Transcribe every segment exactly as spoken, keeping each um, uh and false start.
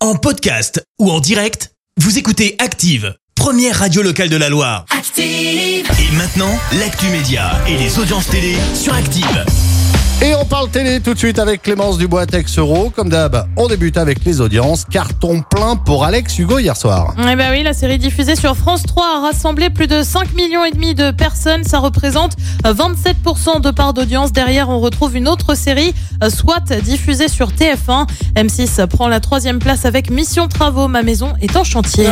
En podcast ou en direct, vous écoutez Active, première radio locale de la Loire. Active! Et maintenant, l'actu média et les audiences télé sur Active. Et on parle télé tout de suite avec Clémence Dubois-Texero. Comme d'hab, on débute avec les audiences. Carton plein pour Alex Hugo hier soir. Eh ben oui, la série diffusée sur France trois a rassemblé plus de cinq millions et demi de personnes. Ça représente vingt-sept pour cent de part d'audience. Derrière, on retrouve une autre série, SWAT, diffusée sur T F un. M six prend la troisième place avec Mission Travaux. Ma maison est en chantier.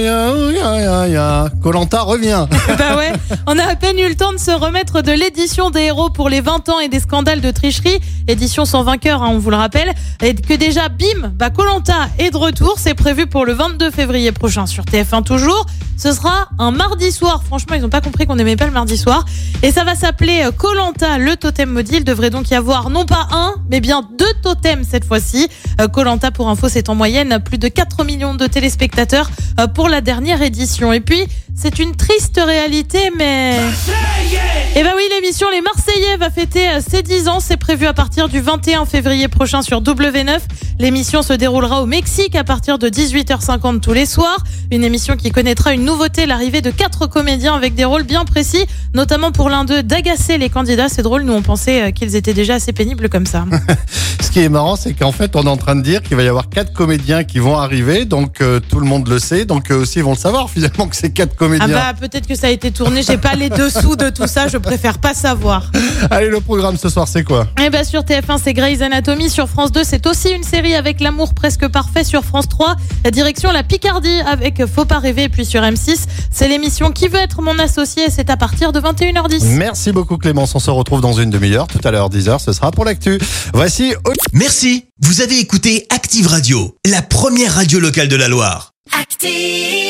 Koh-Lanta revient. Bah ouais, on a à peine eu le temps de se remettre de l'édition des héros pour les vingt ans et des scandales de tricherie, édition sans vainqueur, hein, on vous le rappelle, et que déjà bim, bah Koh-Lanta est de retour, c'est prévu pour le vingt-deux février prochain sur T F un toujours. Ce sera un mardi soir. Franchement, ils n'ont pas compris qu'on n'aimait pas le mardi soir. Et ça va s'appeler Koh-Lanta, le totem maudit. Il devrait donc y avoir non pas un, mais bien deux totems cette fois-ci. Koh-Lanta, pour info, c'est en moyenne plus de quatre millions de téléspectateurs pour la dernière édition. Et puis, c'est une triste réalité, mais... Eh ben oui, l'émission Les Marseillais va fêter ses dix ans. C'est prévu à partir du vingt et un février prochain sur W neuf. L'émission se déroulera au Mexique à partir de dix-huit heures cinquante tous les soirs. Une émission qui connaîtra une nouveauté, l'arrivée de quatre comédiens avec des rôles bien précis, notamment pour l'un d'eux d'agacer les candidats. C'est drôle, nous on pensait qu'ils étaient déjà assez pénibles comme ça. Ce qui est marrant, c'est qu'en fait, on est en train de dire qu'il va y avoir quatre comédiens qui vont arriver, donc euh, tout le monde le sait, donc eux aussi vont le savoir finalement que c'est quatre comédiens. Ah bah peut-être que ça a été tourné, j'ai pas les dessous de tout ça, je préfère pas savoir. Allez, le programme ce soir, c'est quoi ? Eh ben sur T F un, c'est Grey's Anatomy. Sur France deux, c'est aussi une série avec l'amour presque parfait. Sur France trois, la direction La Picardie avec Faut pas rêver. Et puis sur M six, c'est l'émission Qui veut être mon associé. C'est à partir de vingt et une heures dix. Merci beaucoup Clémence, on se retrouve dans une demi-heure. Tout à l'heure, dix heures, ce sera pour l'actu. Voici... Merci, vous avez écouté Active Radio, la première radio locale de la Loire. Active!